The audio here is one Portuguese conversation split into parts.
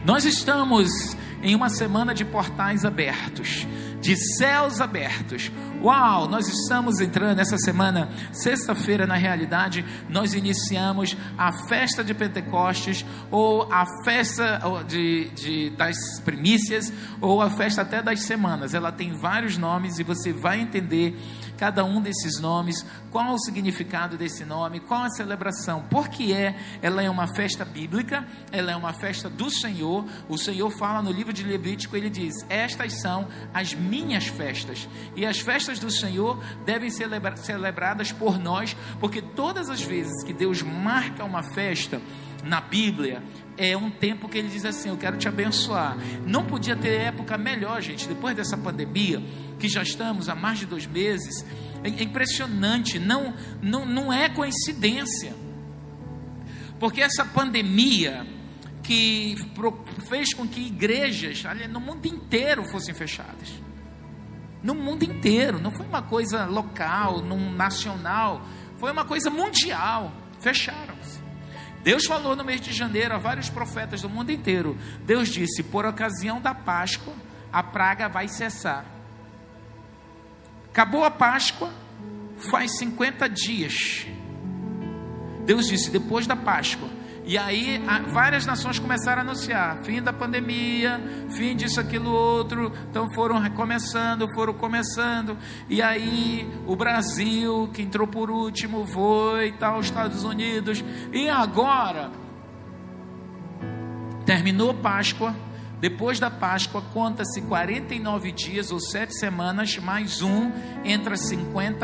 Nós estamos em uma semana de portais abertos, de céus abertos. Uau, nós estamos entrando nessa semana, sexta-feira, na realidade, nós iniciamos a festa de Pentecostes, ou a festa das primícias, ou a festa até das semanas. Ela tem vários nomes e você vai entender cada um desses nomes, qual o significado desse nome, qual a celebração, porque ela é uma festa bíblica, ela é uma festa do Senhor. O Senhor fala no livro de Levítico, ele diz: estas são as minhas festas, e as festas do Senhor devem ser celebradas por nós, porque todas as vezes que Deus marca uma festa na Bíblia, é um tempo que ele diz assim: eu quero te abençoar. Não podia ter época melhor, gente, depois dessa pandemia, que já estamos há mais de 2 meses, é impressionante, não é coincidência, porque essa pandemia que fez com que igrejas no mundo inteiro fossem fechadas, no mundo inteiro, não foi uma coisa local, nacional, foi uma coisa mundial, fecharam-se. Deus falou no mês de janeiro a vários profetas do mundo inteiro. Deus disse: por ocasião da Páscoa, a praga vai cessar. Acabou a Páscoa, faz 50 dias. Deus disse: depois da Páscoa. E aí várias nações começaram a anunciar fim da pandemia, fim disso, aquilo, outro. Então foram começando. E aí o Brasil, que entrou por último, foi e tal, os Estados Unidos. E agora terminou Páscoa. Depois da Páscoa, conta-se 49 dias ou 7 semanas, mais um, entra 50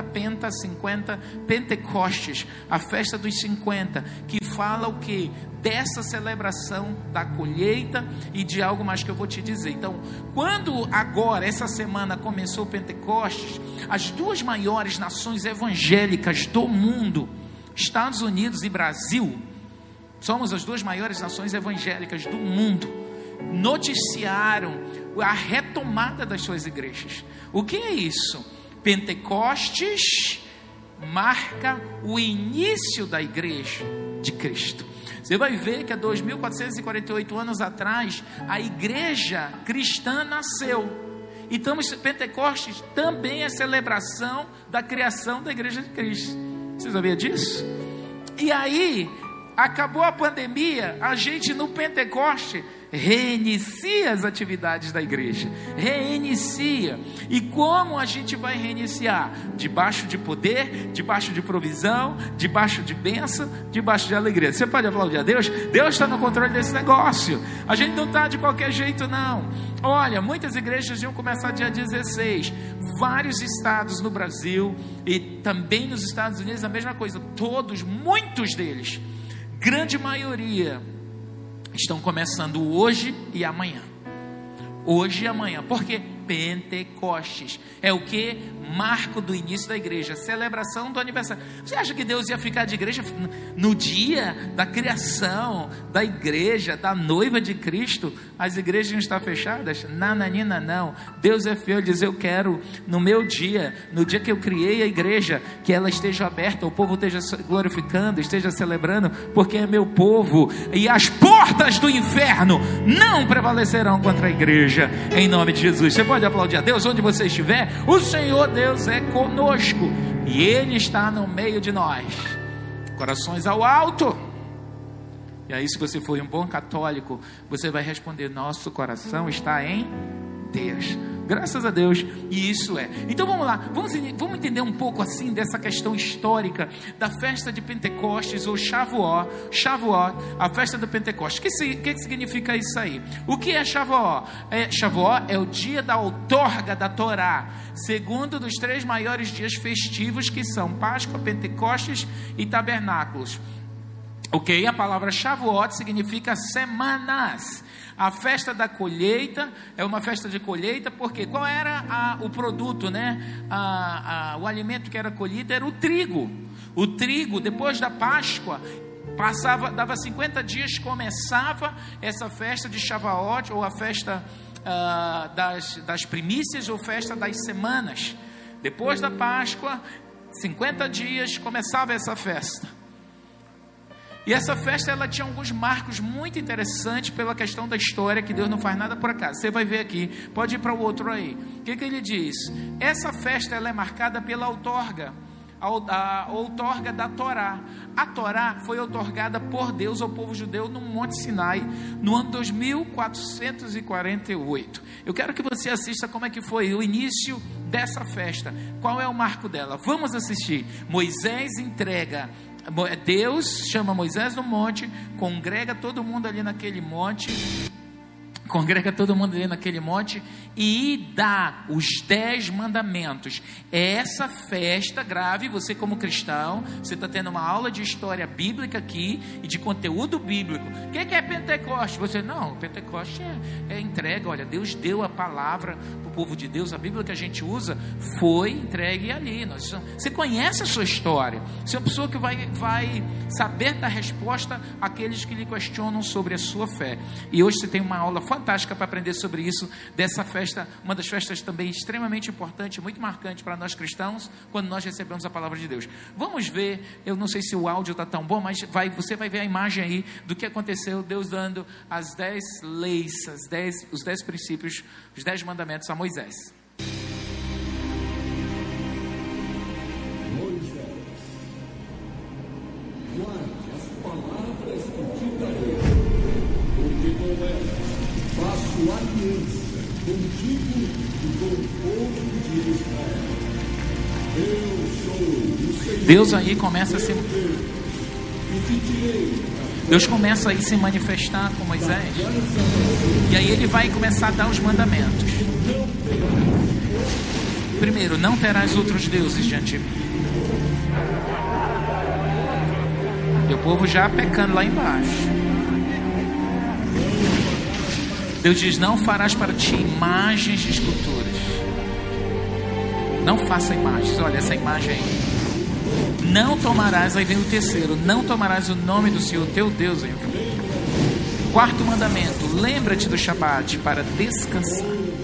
Pentecostes, a festa dos 50, que fala o quê? Dessa celebração da colheita e de algo mais que eu vou te dizer. Então, quando agora, essa semana, começou o Pentecostes, as 2 maiores nações evangélicas do mundo, Estados Unidos e Brasil, somos as 2 maiores nações evangélicas do mundo, noticiaram a retomada das suas igrejas. O que é isso? Pentecostes marca o início da igreja de Cristo. Você vai ver que há 2.448 anos atrás, a igreja cristã nasceu. Então, Pentecostes também é celebração da criação da igreja de Cristo. Você sabia disso? E aí, acabou a pandemia, a gente no Pentecoste reinicia as atividades da igreja, reinicia. E como a gente vai reiniciar? Debaixo de poder, debaixo de provisão, debaixo de bênção, debaixo de alegria. Você pode aplaudir a Deus? Deus está no controle desse negócio. A gente não está de qualquer jeito, não. Olha, muitas igrejas iam começar dia 16, vários estados no Brasil e também nos Estados Unidos a mesma coisa. Muitos deles, grande maioria, estão começando hoje e amanhã. Hoje e amanhã. Por quê? Pentecostes é o que? Marco do início da igreja, celebração do aniversário. Você acha que Deus ia ficar de igreja no dia da criação da igreja, da noiva de Cristo? As igrejas iam estar fechadas? Nananina, não. Deus é fiel, diz: eu quero no meu dia, no dia que eu criei a igreja, que ela esteja aberta, o povo esteja glorificando, esteja celebrando, porque é meu povo, e as portas do inferno não prevalecerão contra a igreja, em nome de Jesus. Você pode aplaudir a Deus onde você estiver? O Senhor Deus é conosco e Ele está no meio de nós. Corações ao alto. E aí, se você for um bom católico, você vai responder: nosso coração está em Deus. Graças a Deus, e isso é. Então vamos lá, vamos entender um pouco assim dessa questão histórica da festa de Pentecostes, ou Shavuot, a festa do Pentecostes. O que significa isso aí? O que é Shavuot? Shavuot é o dia da outorga da Torá, segundo dos 3 maiores dias festivos, que são Páscoa, Pentecostes e Tabernáculos. Ok? A palavra Shavuot significa semanas. A festa da colheita é uma festa de colheita, porque qual era o produto, né? O alimento que era colhido era o trigo. O trigo, depois da Páscoa, dava 50 dias, começava essa festa de Shavuot, ou a festa das primícias, ou festa das semanas. Depois da Páscoa, 50 dias, começava essa festa. E essa festa, ela tinha alguns marcos muito interessantes pela questão da história, que Deus não faz nada por acaso. Você vai ver aqui, pode ir para o outro aí. O que ele diz? Essa festa, ela é marcada pela outorga. A outorga da Torá. A Torá foi outorgada por Deus ao povo judeu no Monte Sinai, no ano 2448. Eu quero que você assista como é que foi o início dessa festa. Qual é o marco dela? Vamos assistir. Deus chama Moisés no monte, congrega todo mundo ali naquele monte, e dá os 10 mandamentos. É essa festa grave. Você como cristão, você está tendo uma aula de história bíblica aqui e de conteúdo bíblico. O que é Pentecoste? Você, não, Pentecoste é entrega. Olha, Deus deu a palavra para o povo de Deus. A Bíblia que a gente usa foi entregue ali. Você conhece a sua história. Você é uma pessoa que vai saber dar resposta àqueles que lhe questionam sobre a sua fé. E hoje você tem uma aula fantástica para aprender sobre isso, dessa festa, uma das festas também extremamente importante, muito marcante para nós cristãos, quando nós recebemos a palavra de Deus. Vamos ver, eu não sei se o áudio está tão bom, mas você vai ver a imagem aí do que aconteceu, Deus dando as 10 leis, os 10 princípios, os 10 mandamentos a Moisés. Guarde as palavras que te darei, porque com elas faço aliança contigo e com o povo de Israel. Eu sou o Senhor. Deus aí começa a se... Deus começa a se manifestar com Moisés. E aí ele vai começar a dar os mandamentos. Primeiro, não terás outros deuses diante de mim. E o povo já pecando lá embaixo. Deus diz: não farás para ti imagens de esculturas. Não faça imagens. Olha essa imagem aí. Não tomarás, aí vem o terceiro, não tomarás o nome do Senhor teu Deus em vão. Quarto mandamento: lembra-te do Shabat para descansar.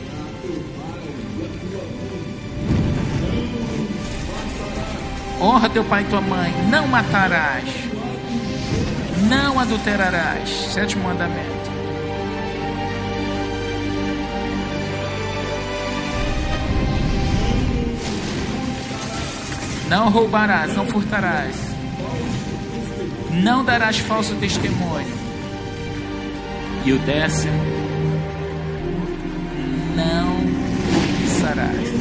Honra teu pai e tua mãe. Não matarás. Não adulterarás. Sétimo mandamento. Não roubarás, não furtarás. Não darás falso testemunho. E o 10º: não cobiçarás.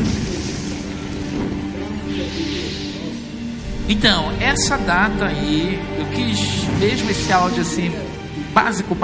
Então, essa data aí, eu quis, mesmo esse áudio assim, básico,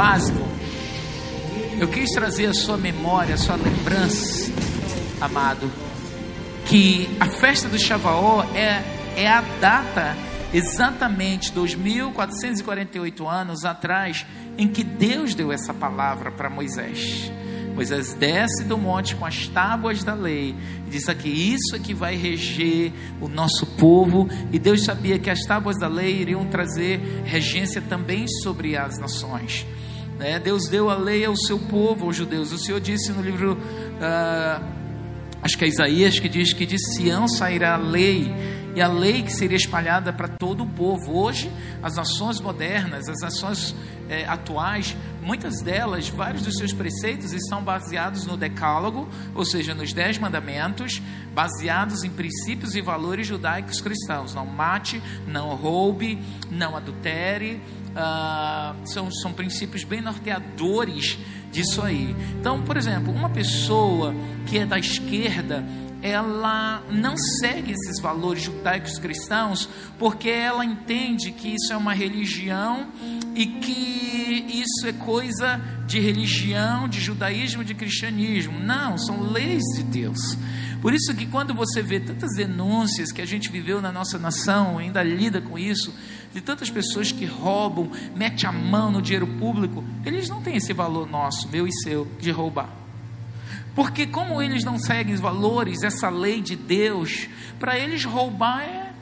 eu quis trazer a sua memória, a sua lembrança, amado, que a festa do Shavuot é a data exatamente 2448 anos atrás em que Deus deu essa palavra para Moisés. Moisés desce do monte com as tábuas da lei e diz aqui: isso é que vai reger o nosso povo. E Deus sabia que as tábuas da lei iriam trazer regência também sobre as nações. Deus deu a lei ao seu povo, aos judeus. O Senhor disse no livro, acho que é Isaías, que diz que de Sião sairá a lei, e a lei que seria espalhada para todo o povo. Hoje, as nações modernas, as nações atuais, muitas delas, vários dos seus preceitos estão baseados no Decálogo, ou seja, nos 10 mandamentos, baseados em princípios e valores judaicos cristãos. Não mate, não roube, não adultere. São princípios bem norteadores disso aí. Então, por exemplo, uma pessoa que é da esquerda, ela não segue esses valores judaicos cristãos, porque ela entende que isso é uma religião e que isso é coisa de religião, de judaísmo, de cristianismo. Não, são leis de Deus. Por isso que quando você vê tantas denúncias que a gente viveu na nossa nação, ainda lida com isso, de tantas pessoas que roubam, mete a mão no dinheiro público, eles não têm esse valor nosso, meu e seu, de roubar. Porque como eles não seguem os valores, essa lei de Deus, para eles roubar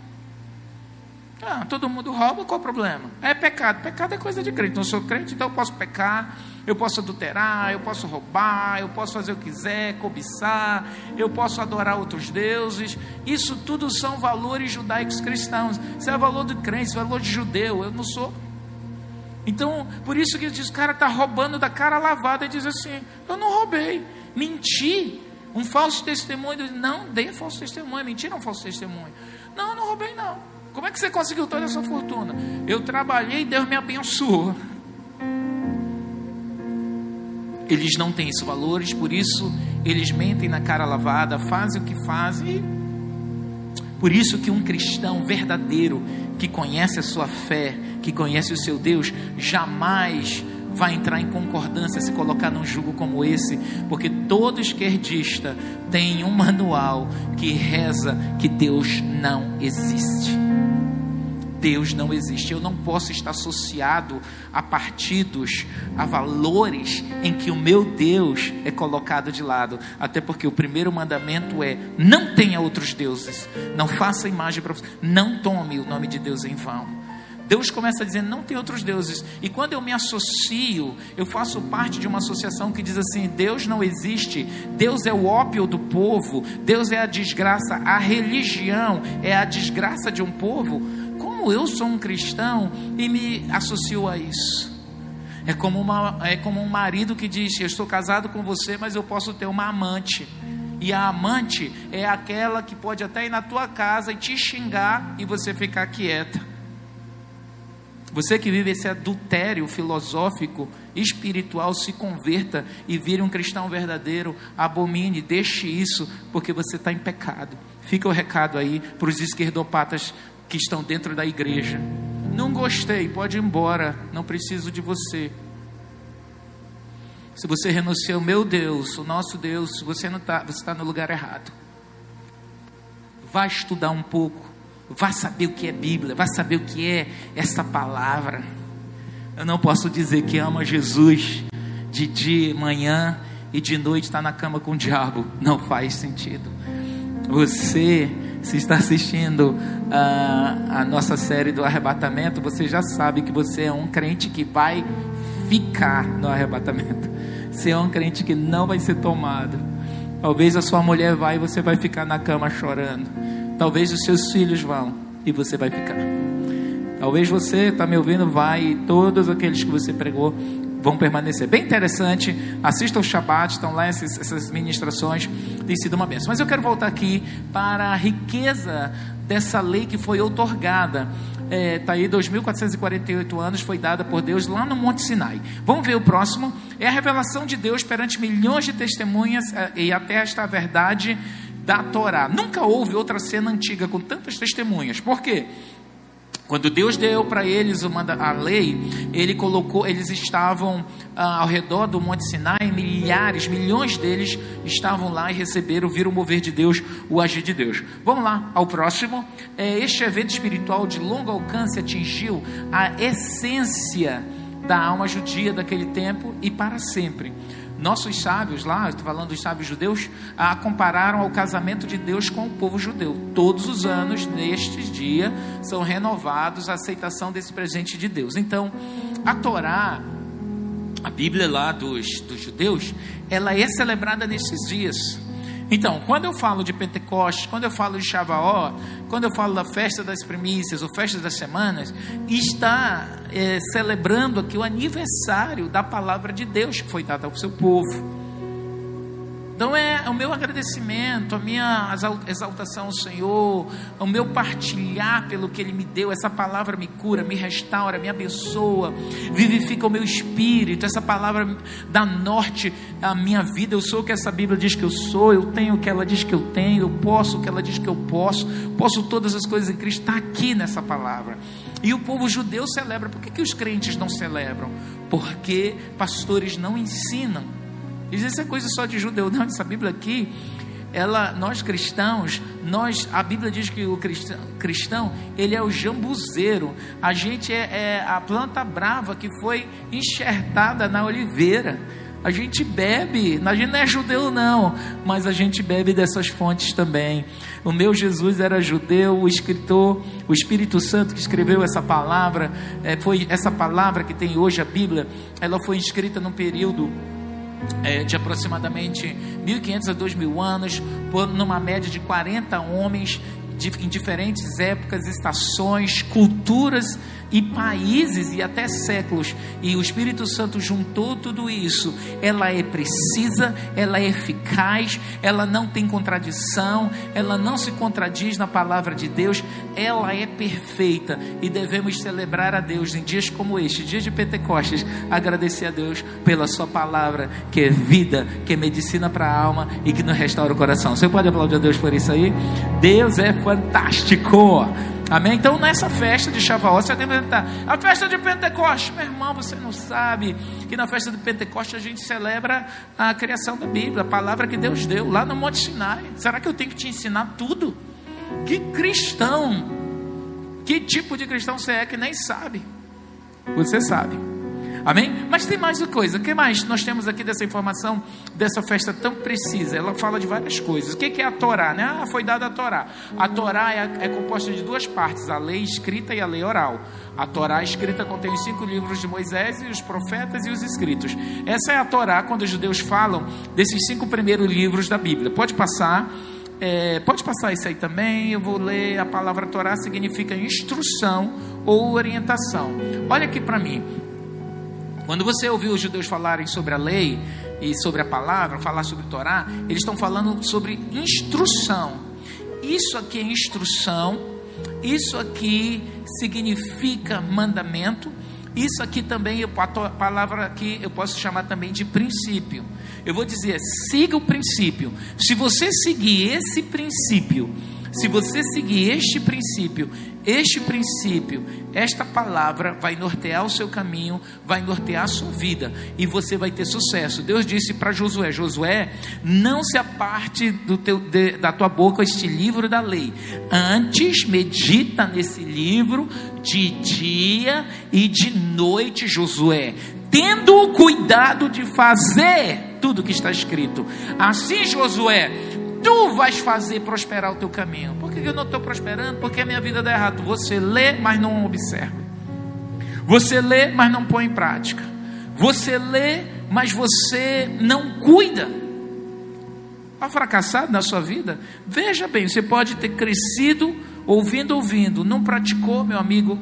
todo mundo rouba, qual o problema? É pecado. Pecado é coisa de crente. Não sou crente, então eu posso pecar, eu posso adulterar, eu posso roubar, eu posso fazer o que quiser, cobiçar, eu posso adorar outros deuses. Isso tudo são valores judaicos cristãos. Isso é valor do crente, isso é valor de judeu. Eu não sou. Então, por isso que diz, o cara está roubando da cara lavada, e diz assim, eu não roubei, menti, um falso testemunho. Não dê falso testemunho, mentira é um falso testemunho. Não, eu não roubei não. Como é que você conseguiu toda essa fortuna? Eu trabalhei e Deus me abençoou. Eles não têm esses valores, por isso eles mentem na cara lavada, fazem o que fazem. Por isso que um cristão verdadeiro, que conhece a sua fé, que conhece o seu Deus, jamais vai entrar em concordância, se colocar num jugo como esse, porque todo esquerdista tem um manual que reza que Deus não existe. Deus não existe. Eu não posso estar associado a partidos, a valores em que o meu Deus é colocado de lado. Até porque o primeiro mandamento é: não tenha outros deuses, não faça imagem para você, não tome o nome de Deus em vão. Deus começa dizendo: não tem outros deuses. E quando eu me associo, eu faço parte de uma associação que diz assim: Deus não existe, Deus é o ópio do povo, Deus é a desgraça, a religião é a desgraça de um povo. Como eu sou um cristão e me associo a isso? É como um marido que diz: eu estou casado com você, mas eu posso ter uma amante. E a amante é aquela que pode até ir na tua casa e te xingar e você ficar quieta. Você que vive esse adultério filosófico, espiritual, se converta e vire um cristão verdadeiro. Abomine, deixe isso, porque você está em pecado. Fica o recado aí para os esquerdopatas que estão dentro da igreja. Não gostei, pode ir embora, não preciso de você. Se você renunciou, meu Deus, o nosso Deus, você está no lugar errado. Vá estudar um pouco, vá saber o que é Bíblia, vá saber o que é essa palavra. Eu não posso dizer que amo a Jesus de dia, manhã e de noite está na cama com o diabo. Não faz sentido. Você, se está assistindo a nossa série do arrebatamento, você já sabe que você é um crente que vai ficar no arrebatamento. Você é um crente que não vai ser tomado. Talvez a sua mulher vá e você vai ficar na cama chorando. Talvez os seus filhos vão e você vai ficar. Talvez você, está me ouvindo, vai e todos aqueles que você pregou vão permanecer. Bem interessante. Assista ao Shabat, estão lá essas ministrações, tem sido uma bênção. Mas eu quero voltar aqui para a riqueza dessa lei que foi outorgada. Está aí 2.448 anos, foi dada por Deus lá no Monte Sinai. Vamos ver o próximo. É a revelação de Deus perante milhões de testemunhas e atesta a verdade da Torá. Nunca houve outra cena antiga com tantas testemunhas. Por quê? Quando Deus deu para eles a lei, eles estavam ao redor do Monte Sinai, milhões deles estavam lá e viram o mover de Deus, o agir de Deus. Vamos lá ao próximo. Este evento espiritual de longo alcance atingiu a essência da alma judia daquele tempo e para sempre. Nossos sábios lá, estou falando dos sábios judeus, compararam ao casamento de Deus com o povo judeu. Todos os anos, neste dia, são renovados a aceitação desse presente de Deus. Então, a Torá, a Bíblia lá dos judeus, ela é celebrada nesses dias. Então, quando eu falo de Pentecostes, quando eu falo de Shavuot, quando eu falo da festa das primícias ou festa das semanas, está celebrando aqui o aniversário da palavra de Deus que foi dada ao seu povo. Então é o meu agradecimento, a minha exaltação ao Senhor, o meu partilhar pelo que Ele me deu. Essa palavra me cura, me restaura, me abençoa, vivifica o meu espírito. Essa palavra dá norte à minha vida. Eu sou o que essa Bíblia diz que eu sou, eu tenho o que ela diz que eu tenho, eu posso o que ela diz que eu posso todas as coisas em Cristo. Está aqui nessa palavra. E o povo judeu celebra. Por que os crentes não celebram? Porque pastores não ensinam. Diz, isso é coisa só de judeu. Não, essa Bíblia aqui, nós cristãos, a Bíblia diz que o cristão, ele é o jambuzeiro. A gente é a planta brava que foi enxertada na oliveira. A gente bebe, a gente não é judeu não, mas a gente bebe dessas fontes também. O meu Jesus era judeu, o escritor, o Espírito Santo que escreveu essa palavra, foi essa palavra que tem hoje a Bíblia, ela foi escrita num período de aproximadamente 1.500 a 2.000 anos, numa média de 40 homens em diferentes épocas, estações, culturas e países e até séculos, e o Espírito Santo juntou tudo isso. Ela é precisa, ela é eficaz, ela não tem contradição, ela não se contradiz na palavra de Deus, ela é perfeita, e devemos celebrar a Deus em dias como este, dias de Pentecostes, agradecer a Deus pela sua palavra, que é vida, que é medicina para a alma e que nos restaura o coração. Você pode aplaudir a Deus por isso aí? Deus é fantástico. Amém? Então nessa festa de Shavuot, você tem que perguntar, a festa de Pentecostes, meu irmão, você não sabe que na festa de Pentecostes a gente celebra a criação da Bíblia, a palavra que Deus deu lá no Monte Sinai. Será que eu tenho que te ensinar tudo? Que cristão, que tipo de cristão você é que nem sabe? Você sabe. Amém? Mas tem mais uma coisa. O que mais nós temos aqui dessa informação, dessa festa tão precisa? Ela fala de várias coisas. O que é a Torá? Né? Foi dada a Torá. A Torá é composta de duas partes, a lei escrita e a lei oral. A Torá escrita contém os 5 livros de Moisés e os profetas e os escritos. Essa é a Torá quando os judeus falam desses 5 primeiros livros da Bíblia. Pode passar isso aí também. Eu vou ler. A palavra Torá significa instrução ou orientação. Olha aqui para mim. Quando você ouviu os judeus falarem sobre a lei e sobre a palavra, falar sobre Torá, eles estão falando sobre instrução. Isso aqui é instrução, isso aqui significa mandamento, isso aqui também, a palavra aqui eu posso chamar também de princípio. Eu vou dizer, siga o princípio. Se você seguir esse princípio, se você seguir este princípio, esta palavra vai nortear o seu caminho, vai nortear a sua vida, e você vai ter sucesso. Deus disse para Josué: Josué, não se aparte da tua boca este livro da lei, antes medita nesse livro de dia e de noite, Josué, tendo o cuidado de fazer tudo que está escrito. Assim, Josué, tu vais fazer prosperar o teu caminho. Por que eu não estou prosperando? Porque a minha vida dá errado. Você lê, mas não observa. Você lê, mas não põe em prática. Você lê, mas você não cuida. Está fracassado na sua vida? Veja bem, você pode ter crescido ouvindo, não praticou, meu amigo.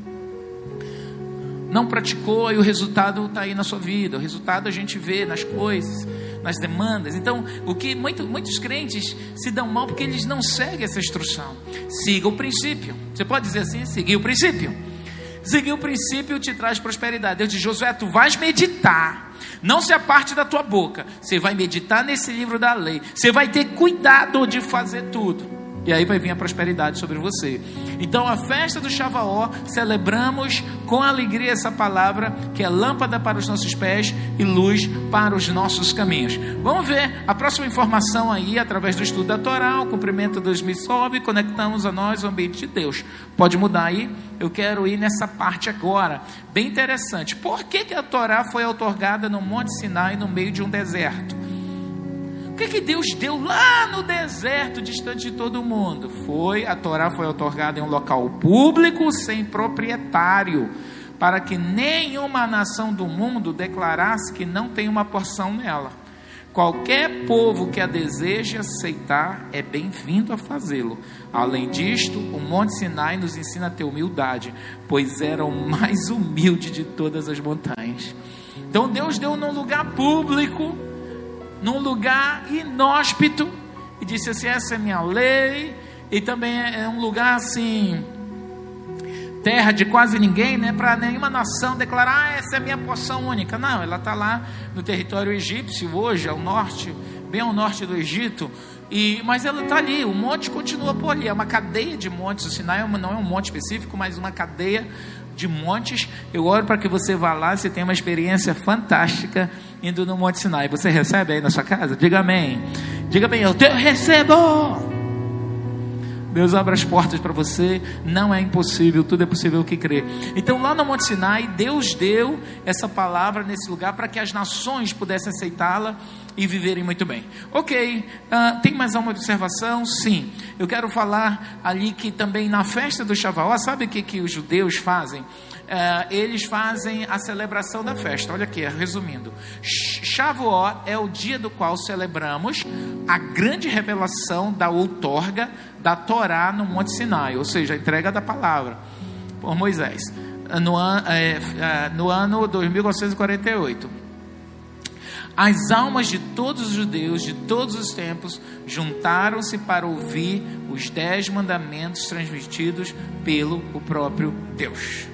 Não praticou, e o resultado está aí na sua vida. O resultado a gente vê nas coisas, nas demandas. Então, o que muitos crentes se dão mal porque eles não seguem essa instrução. Siga o princípio. Você pode dizer assim: seguir o princípio. Seguir o princípio te traz prosperidade. Deus diz: Josué, tu vais meditar, não se aparte da tua boca. Você vai meditar nesse livro da lei. Você vai ter cuidado de fazer tudo. E aí vai vir a prosperidade sobre você. Então a festa do Shavuot, celebramos com alegria essa palavra, que é lâmpada para os nossos pés e luz para os nossos caminhos. Vamos ver a próxima informação aí, através do estudo da Torá, o cumprimento dos Mitzvot, conectamos a nós o ambiente de Deus. Pode mudar aí? Eu quero ir nessa parte agora, bem interessante. Por que a Torá foi outorgada no Monte Sinai, no meio de um deserto? O que Deus deu lá no deserto, distante de todo mundo? A Torá foi outorgada em um local público, sem proprietário, para que nenhuma nação do mundo declarasse que não tem uma porção nela. Qualquer povo que a deseje aceitar é bem-vindo a fazê-lo. Além disto, o Monte Sinai nos ensina a ter humildade, pois era o mais humilde de todas as montanhas. Então Deus deu num lugar público, num lugar inóspito, e disse assim: essa é minha lei. E também é um lugar assim, terra de quase ninguém, né? Para nenhuma nação declarar: essa é a minha porção única. Não, ela está lá no território egípcio hoje, ao norte, bem ao norte do Egito. Mas ela está ali, o monte continua por ali, é uma cadeia de montes. O Sinai não é um monte específico, mas uma cadeia de montes. Eu oro para que você vá lá, você tenha uma experiência fantástica indo no Monte Sinai. Você recebe aí na sua casa? Diga amém. Diga bem: eu recebo. Deus abre as portas para você. Não é impossível, tudo é possível que crê. Então lá no Monte Sinai, Deus deu essa palavra nesse lugar para que as nações pudessem aceitá-la e viverem muito bem. Ok, tem mais uma observação? Sim, eu quero falar ali que também na festa do Shavuot, sabe o que os judeus fazem? eles fazem a celebração da festa. Olha aqui, resumindo. Shavuot é o dia do qual celebramos a grande revelação da outorga da Torá no Monte Sinai, ou seja, a entrega da palavra por Moisés, no ano 2448. As almas de todos os judeus de todos os tempos juntaram-se para ouvir os 10 mandamentos transmitidos pelo o próprio Deus.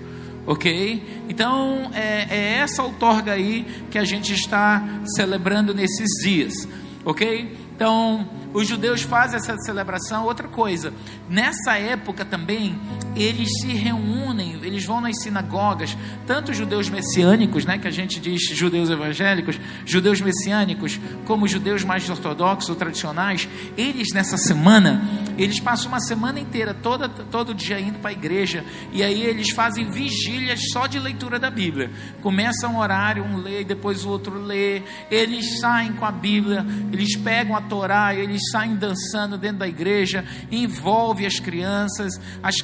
Ok? Então é essa outorga aí que a gente está celebrando nesses dias. Ok? Então os judeus fazem essa celebração. Outra coisa, nessa época também eles se reúnem, eles vão nas sinagogas, tanto os judeus messiânicos, né, que a gente diz judeus evangélicos, judeus messiânicos, como os judeus mais ortodoxos ou tradicionais. Eles nessa semana, eles passam uma semana inteira, todo dia indo para a igreja, e aí eles fazem vigílias só de leitura da Bíblia. Começa um horário, um lê, depois o outro lê, eles saem com a Bíblia, eles pegam a Torá, eles saem dançando dentro da igreja, envolve as crianças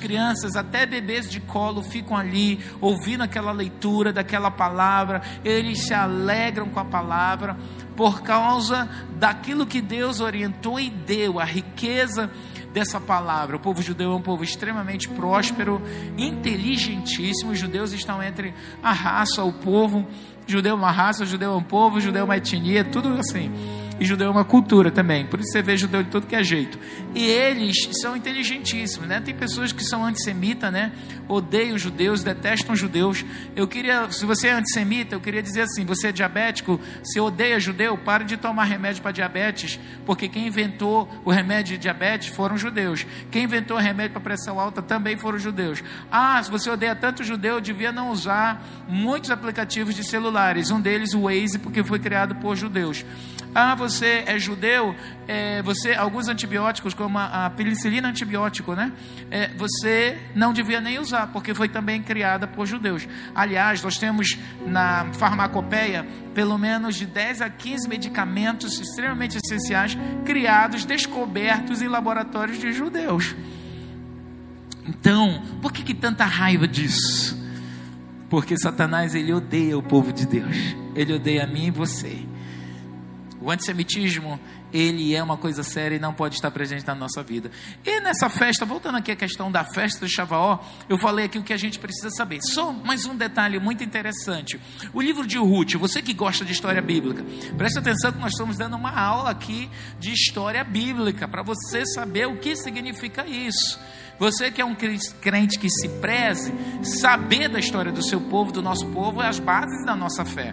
até bebês de colo ficam ali ouvindo aquela leitura daquela palavra, eles se alegram com a palavra por causa daquilo que Deus orientou e deu, a riqueza dessa palavra. O povo judeu é um povo extremamente próspero, inteligentíssimo. Os judeus estão entre a raça, o povo. Judeu é uma raça, judeu é um povo, judeu é uma etnia, tudo assim. E judeu é uma cultura também, por isso você vê judeu de tudo que é jeito. E eles são inteligentíssimos, né? Tem pessoas que são antissemitas, né? Odeiam judeus, detestam judeus. Se você é antissemita, eu queria dizer assim: você é diabético, se odeia judeu, pare de tomar remédio para diabetes, porque quem inventou o remédio de diabetes foram judeus. Quem inventou o remédio para pressão alta também foram judeus. Se você odeia tanto judeu, devia não usar muitos aplicativos de celulares, um deles o Waze, porque foi criado por judeus. Você é judeu, alguns antibióticos, como a penicilina antibiótico, né? Você não devia nem usar, porque foi também criada por judeus. Aliás, nós temos na farmacopeia pelo menos de 10 a 15 medicamentos extremamente essenciais criados, descobertos em laboratórios de judeus. Então, por que tanta raiva disso? Porque Satanás, ele odeia o povo de Deus. Ele odeia a mim e você. O antissemitismo, ele é uma coisa séria e não pode estar presente na nossa vida. E nessa festa, voltando aqui à questão da festa do Shavuot, eu falei aqui o que a gente precisa saber. Só mais um detalhe muito interessante. O livro de Ruth, você que gosta de história bíblica, preste atenção que nós estamos dando uma aula aqui de história bíblica, para você saber o que significa isso. Você que é um crente que se preze, saber da história do seu povo, do nosso povo, é as bases da nossa fé.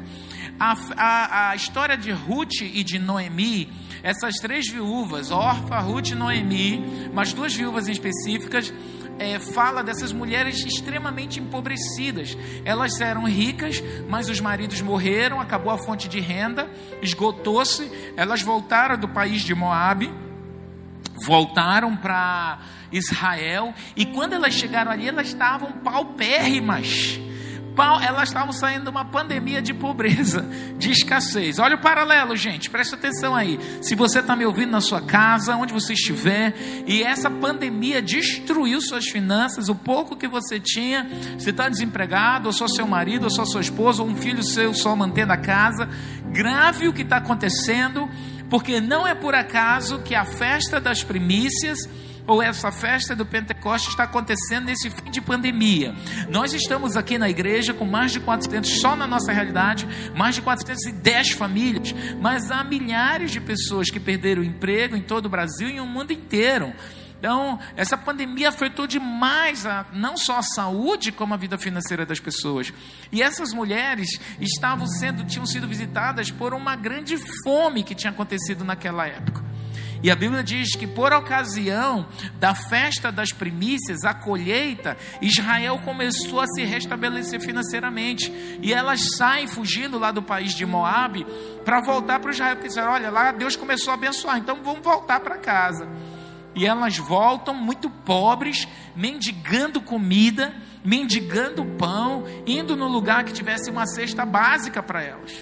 A história de Ruth e de Noemi, essas 3 viúvas, Orfa, Ruth e Noemi, mas 2 viúvas em específicas, fala dessas mulheres extremamente empobrecidas. Elas eram ricas, mas os maridos morreram, acabou a fonte de renda, esgotou-se. Elas voltaram do país de Moabe, voltaram para Israel, e quando elas chegaram ali, elas estavam paupérrimas. Elas estavam saindo de uma pandemia de pobreza, de escassez. Olha o paralelo, gente, presta atenção aí. Se você está me ouvindo na sua casa, onde você estiver, e essa pandemia destruiu suas finanças, o pouco que você tinha, você está desempregado, ou só seu marido, ou só sua esposa, ou um filho seu só mantendo a casa. Grave o que está acontecendo, porque não é por acaso que a festa das primícias, ou essa festa do Pentecostes, está acontecendo nesse fim de pandemia. Nós estamos aqui na igreja com mais de 400, só na nossa realidade, mais de 410 famílias, mas há milhares de pessoas que perderam o emprego em todo o Brasil e no mundo inteiro. Então, essa pandemia afetou demais não só a saúde, como a vida financeira das pessoas. E essas mulheres tinham sido visitadas por uma grande fome que tinha acontecido naquela época. E a Bíblia diz que por ocasião da festa das primícias, a colheita, Israel começou a se restabelecer financeiramente. E elas saem fugindo lá do país de Moabe para voltar para Israel, porque disseram: olha, lá Deus começou a abençoar, então vamos voltar para casa. E elas voltam muito pobres, mendigando comida, mendigando pão, indo no lugar que tivesse uma cesta básica para elas.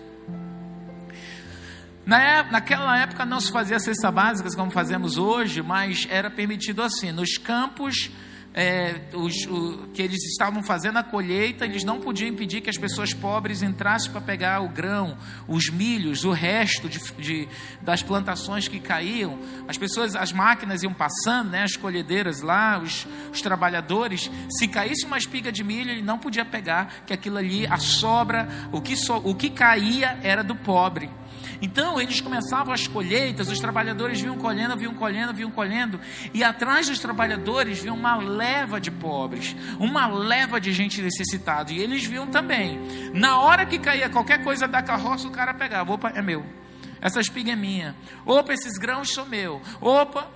Naquela época não se fazia cesta básica como fazemos hoje, mas era permitido assim, nos campos que eles estavam fazendo a colheita, eles não podiam impedir que as pessoas pobres entrassem para pegar o grão, os milhos, o resto das plantações que caíam. As máquinas iam passando, né, as colhedeiras lá, os trabalhadores. Se caísse uma espiga de milho, ele não podia pegar, que aquilo ali, a sobra, o que caía era do pobre. Então eles começavam as colheitas, os trabalhadores vinham colhendo, e atrás dos trabalhadores vinha uma leva de pobres, uma leva de gente necessitada, e eles viam também. Na hora que caía qualquer coisa da carroça, o cara pegava: opa, é meu, essa espiga é minha, opa, esses grãos são meus, opa.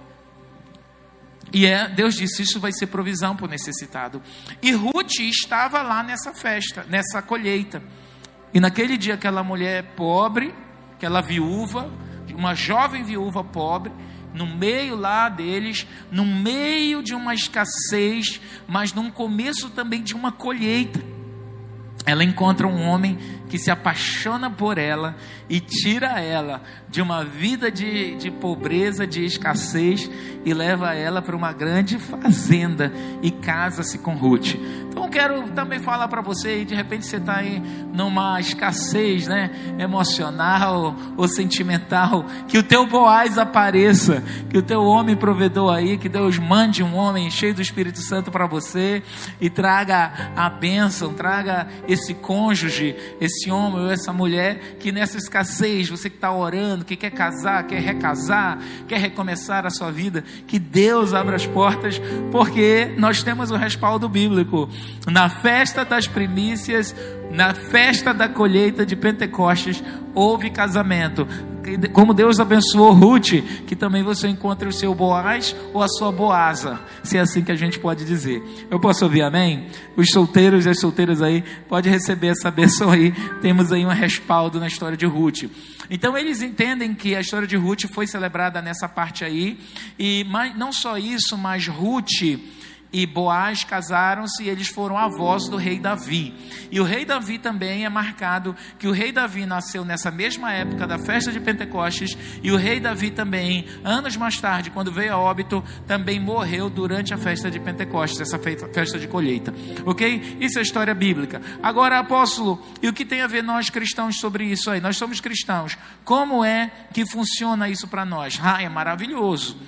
E Deus disse: isso vai ser provisão para o necessitado. E Ruth estava lá nessa festa, nessa colheita, e naquele dia aquela mulher pobre, aquela viúva, uma jovem viúva pobre, no meio lá deles, no meio de uma escassez, mas no começo também de uma colheita, ela encontra um homem que se apaixona por ela e tira ela de uma vida de pobreza, de escassez, e leva ela para uma grande fazenda e casa-se com Ruth. Então eu quero também falar para você, e de repente você está aí numa escassez, né, emocional ou sentimental, que o teu Boaz apareça, que o teu homem provedor aí, que Deus mande um homem cheio do Espírito Santo para você e traga a bênção, traga esse cônjuge, esse homem ou essa mulher, que nessa escassez, você que está orando, que quer casar, quer recasar, quer recomeçar a sua vida, que Deus abra as portas, porque nós temos o respaldo bíblico. Na festa das primícias, na festa da colheita de Pentecostes, houve casamento. Como Deus abençoou Ruth, que também você encontre o seu Boaz ou a sua Boaza, se é assim que a gente pode dizer. Eu posso ouvir amém? Os solteiros e as solteiras aí, pode receber essa bênção aí. Temos aí um respaldo na história de Ruth. Então eles entendem que a história de Ruth foi celebrada nessa parte aí, e não só isso, mas Ruth e Boaz casaram-se e eles foram avós do rei Davi. E o rei Davi também é marcado, que o rei Davi nasceu nessa mesma época da festa de Pentecostes, e o rei Davi também, anos mais tarde, quando veio a óbito, também morreu durante a festa de Pentecostes, essa festa de colheita, ok? Isso é história bíblica. Agora, apóstolo, e o que tem a ver nós cristãos sobre isso aí? Nós somos cristãos, como é que funciona isso para nós? É maravilhoso.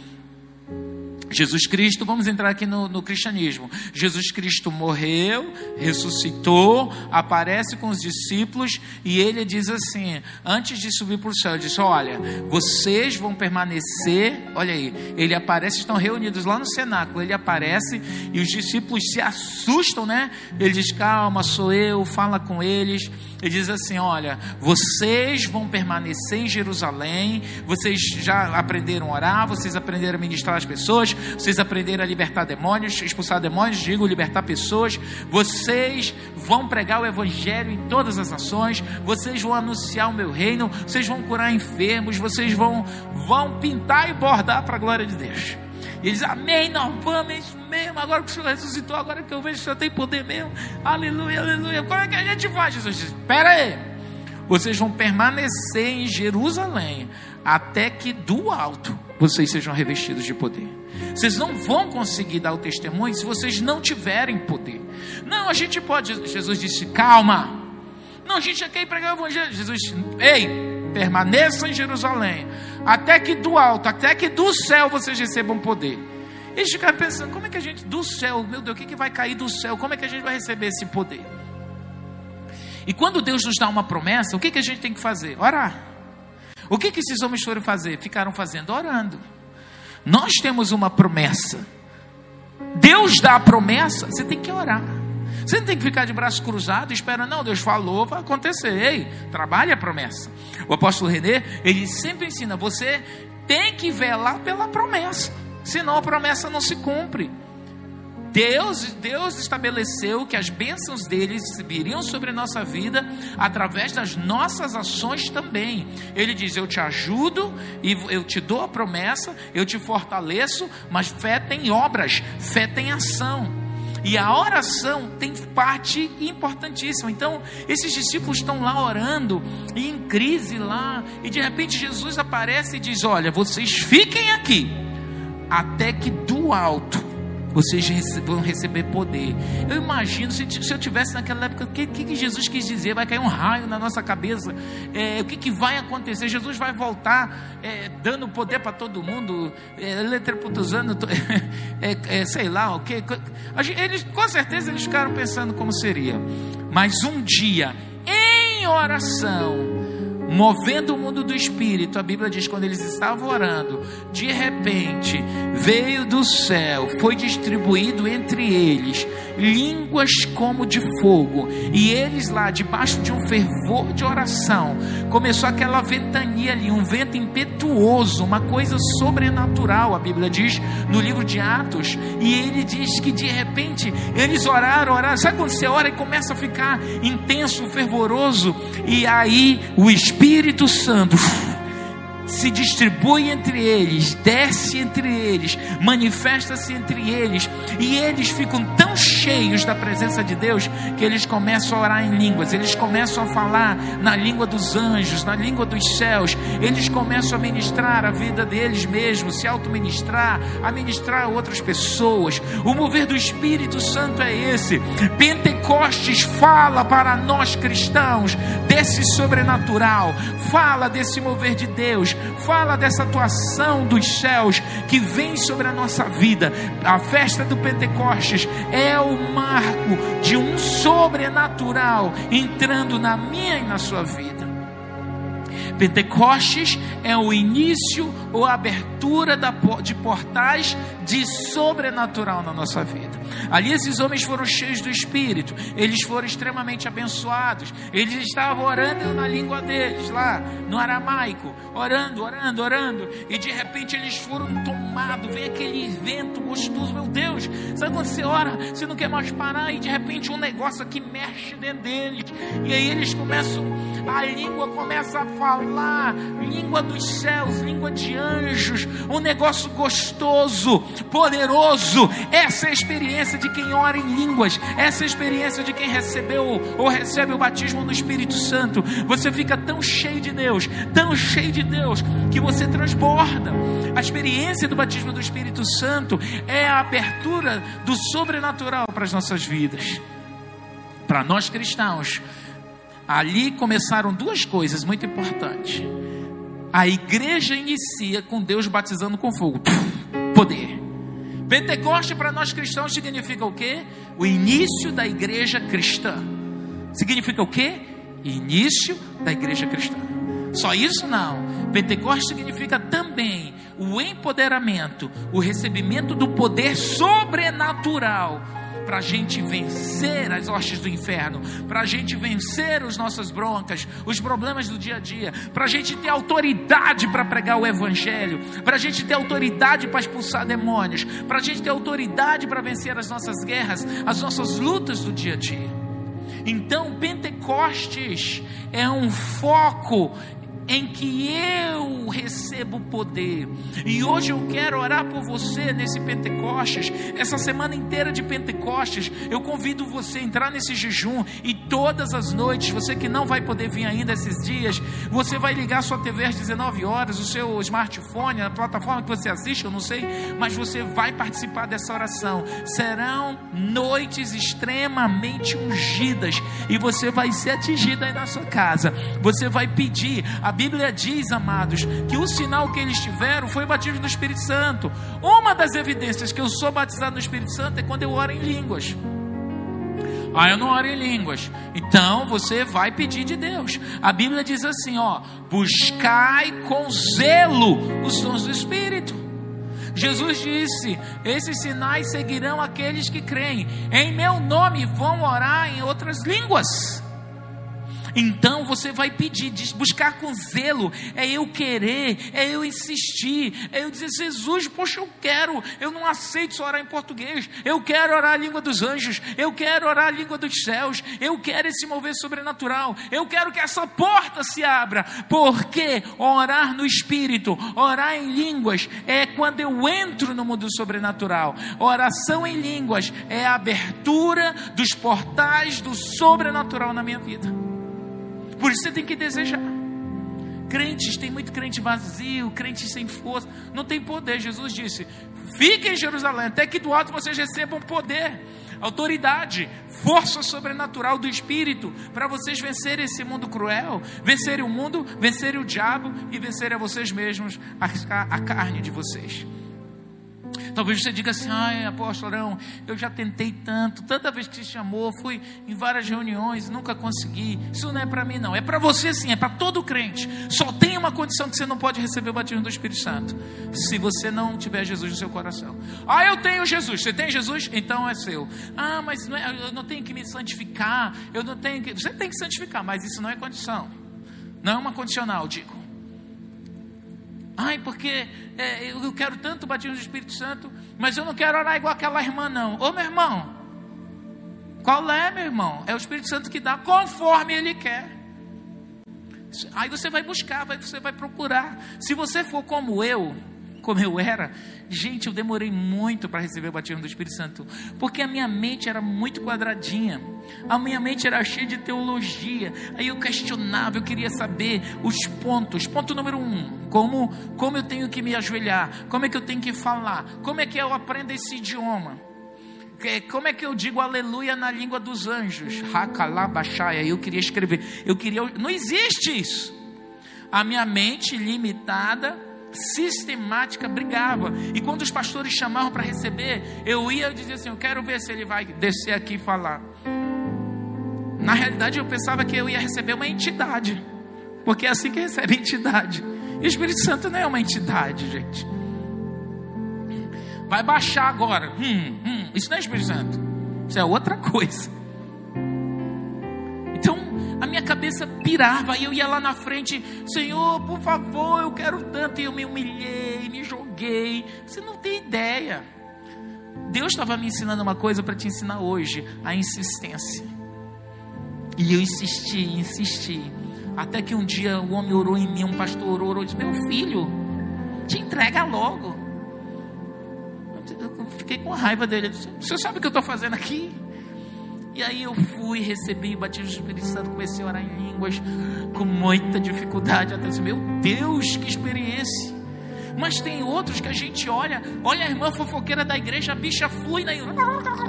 Jesus Cristo, vamos entrar aqui no cristianismo. Jesus Cristo morreu, ressuscitou, aparece com os discípulos, e ele diz assim, antes de subir para o céu, ele disse: olha, vocês vão permanecer. Olha aí, ele aparece, estão reunidos lá no cenáculo, ele aparece e os discípulos se assustam, né? Ele diz: calma, sou eu, fala com eles. Ele diz assim: olha, vocês vão permanecer em Jerusalém, vocês já aprenderam a orar, vocês aprenderam a ministrar as pessoas, vocês aprenderam a libertar demônios, expulsar demônios, libertar pessoas, vocês vão pregar o evangelho em todas as nações, vocês vão anunciar o meu reino, vocês vão curar enfermos, vocês vão pintar e bordar para a glória de Deus. E eles: amém, nós vamos, é isso mesmo, agora que o Senhor ressuscitou, agora que eu vejo que o Senhor tem poder mesmo, aleluia, aleluia. Como é que a gente faz? Jesus disse: espera aí, vocês vão permanecer em Jerusalém, até que do alto vocês sejam revestidos de poder. Vocês não vão conseguir dar o testemunho se vocês não tiverem poder. Não, a gente pode. Jesus disse: calma, não, a gente já quer ir pregar o evangelho. Jesus disse: ei, permaneçam em Jerusalém, até que do alto, até que do céu vocês recebam poder. Eles ficaram pensando: como é que a gente, do céu, meu Deus, o que vai cair do céu? Como é que a gente vai receber esse poder? E quando Deus nos dá uma promessa, o que a gente tem que fazer? Orar. O que esses homens foram fazer? Ficaram fazendo, orando. Nós temos uma promessa. Deus dá a promessa, você tem que orar. Você não tem que ficar de braço cruzado e esperar, não, Deus falou, vai acontecer. Ei, trabalhe a promessa. O apóstolo René, ele sempre ensina, você tem que velar pela promessa, senão a promessa não se cumpre. Deus estabeleceu que as bênçãos deles viriam sobre a nossa vida através das nossas ações também. Ele diz: eu te ajudo e eu te dou a promessa, eu te fortaleço, mas fé tem obras, fé tem ação. E a oração tem parte importantíssima. Então, esses discípulos estão lá orando, e em crise lá, e de repente Jesus aparece e diz: olha, vocês fiquem aqui, até que do alto vocês vão receber poder. Eu imagino, se eu tivesse naquela época, o que Jesus quis dizer? Vai cair um raio na nossa cabeça, o que vai acontecer? Jesus vai voltar dando poder para todo mundo, eletrocutando, sei lá o que. Eles, com certeza eles ficaram pensando como seria. Mas um dia, em oração, movendo o mundo do Espírito, a Bíblia diz, quando eles estavam orando, de repente veio do céu, foi distribuído entre eles línguas como de fogo, e eles lá, debaixo de um fervor de oração, começou aquela ventania ali, um vento impetuoso, uma coisa sobrenatural, a Bíblia diz no livro de Atos. E ele diz que de repente eles oraram, sabe quando você ora e começa a ficar intenso, fervoroso, e aí o Espírito Santo se distribui entre eles, desce entre eles, manifesta-se entre eles, e eles ficam tão cheios da presença de Deus, que eles começam a orar em línguas, eles começam a falar na língua dos anjos, na língua dos céus, eles começam a ministrar a vida deles mesmos, se auto-ministrar, a ministrar a outras pessoas. O mover do Espírito Santo é esse. Pentecostes fala para nós cristãos desse sobrenatural, fala desse mover de Deus, fala dessa atuação dos céus que vem sobre a nossa vida. A festa do Pentecostes é o marco de um sobrenatural entrando na minha e na sua vida. Pentecostes é o início ou a abertura de portais de sobrenatural na nossa vida. Ali esses homens foram cheios do Espírito, eles foram extremamente abençoados, eles estavam orando na língua deles, lá no aramaico, orando, e de repente eles foram tomados, veio aquele vento gostoso, meu Deus, sabe quando você ora, você não quer mais parar, e de repente um negócio aqui mexe dentro deles, e aí eles começam, a língua começa a falar, língua dos céus, língua de anjos, um negócio gostoso, poderoso. Essa é a experiência de quem ora em línguas, essa é a experiência de quem recebeu ou recebe o batismo no Espírito Santo. Você fica tão cheio de Deus, que você transborda. A experiência do batismo do Espírito Santo é a abertura do sobrenatural para as nossas vidas. Para nós cristãos, ali começaram duas coisas muito importantes. A igreja inicia com Deus batizando com fogo, poder. Pentecoste para nós cristãos significa o quê? O início da igreja cristã. Significa o quê? Início da igreja cristã. Só isso não. Pentecoste significa também o empoderamento, o recebimento do poder sobrenatural para a gente vencer as hostes do inferno, para a gente vencer as nossas broncas, os problemas do dia a dia, para a gente ter autoridade para pregar o evangelho, para a gente ter autoridade para expulsar demônios, para a gente ter autoridade para vencer as nossas guerras, as nossas lutas do dia a dia. Então Pentecostes é um foco em que eu recebo poder. E hoje eu quero orar por você nesse Pentecostes, essa semana inteira de Pentecostes. Eu convido você a entrar nesse jejum, e todas as noites, você que não vai poder vir ainda esses dias, você vai ligar sua TV às 19 horas, o seu smartphone, a plataforma que você assiste, eu não sei, mas você vai participar dessa oração. Serão noites extremamente ungidas, e você vai ser atingido aí na sua casa. Você vai pedir. A Bíblia diz, amados, que o sinal que eles tiveram foi o batismo do Espírito Santo. Uma das evidências que eu sou batizado no Espírito Santo é quando eu oro em línguas. Eu não oro em línguas. Então você vai pedir de Deus. A Bíblia diz assim, buscai com zelo os dons do Espírito. Jesus disse, esses sinais seguirão aqueles que creem. Em meu nome vão orar em outras línguas. Então você vai pedir, buscar com zelo, é eu querer, é eu insistir, é eu dizer, Jesus, poxa, eu não aceito só orar em português, eu quero orar a língua dos anjos, eu quero orar a língua dos céus, eu quero esse mover sobrenatural, eu quero que essa porta se abra, porque orar no Espírito, orar em línguas, é quando eu entro no mundo sobrenatural. Oração em línguas é a abertura dos portais do sobrenatural na minha vida. Por isso você tem que desejar. Crentes, tem muito crente vazio, crente sem força, não tem poder. Jesus disse: fiquem em Jerusalém, até que do alto vocês recebam poder, autoridade, força sobrenatural do Espírito, para vocês vencerem esse mundo cruel, vencerem o mundo, vencerem o diabo e vencerem a vocês mesmos, a carne de vocês. Talvez você diga assim: ai, apóstolo, eu já tentei tanta vez que se chamou, fui em várias reuniões, nunca consegui. Isso não é para mim não, é para você sim, é para todo crente. Só tem uma condição que você não pode receber o batismo do Espírito Santo: se você não tiver Jesus no seu coração. Ah, eu tenho Jesus. Você tem Jesus? Então é seu. Ah, mas não é, eu não tenho que me santificar, eu não tenho que... Você tem que santificar, mas isso não é condição, não é uma condicional, digo. Ai, porque eu quero tanto o batismo do Espírito Santo, mas eu não quero orar igual aquela irmã não. Ô meu irmão, qual é, meu irmão? É o Espírito Santo que dá conforme Ele quer. Aí você vai buscar, você vai procurar. Se você for como eu era, gente, eu demorei muito para receber o batismo do Espírito Santo, porque a minha mente era muito quadradinha, a minha mente era cheia de teologia. Aí eu questionava, eu queria saber os pontos. Ponto número 1, como eu tenho que me ajoelhar, como é que eu tenho que falar, como é que eu aprendo esse idioma, como é que eu digo aleluia na língua dos anjos, Hakalabashaya. Eu queria escrever, não existe isso. A minha mente limitada, sistemática, brigava. E quando os pastores chamavam para receber, eu dizia assim: eu quero ver se ele vai descer aqui e falar. Na realidade eu pensava que eu ia receber uma entidade, porque é assim que recebe entidade. E o Espírito Santo não é uma entidade, gente. Vai baixar agora. Isso não é Espírito Santo, isso é outra coisa. Então a minha cabeça pirava, e eu ia lá na frente: Senhor, por favor, eu quero tanto. E eu me humilhei, me joguei. Você não tem ideia. Deus estava me ensinando uma coisa para te ensinar hoje: a insistência. E eu insisti, até que um dia o homem orou em mim, um pastor orou e disse: meu filho, te entrega logo. Eu fiquei com raiva dele. Eu disse: você sabe o que eu estou fazendo aqui? E aí eu fui, recebi o batismo do Espírito Santo, comecei a orar em línguas com muita dificuldade. Até disse: meu Deus, que experiência. Mas tem outros que a gente olha a irmã fofoqueira da igreja, a bicha flui na igreja.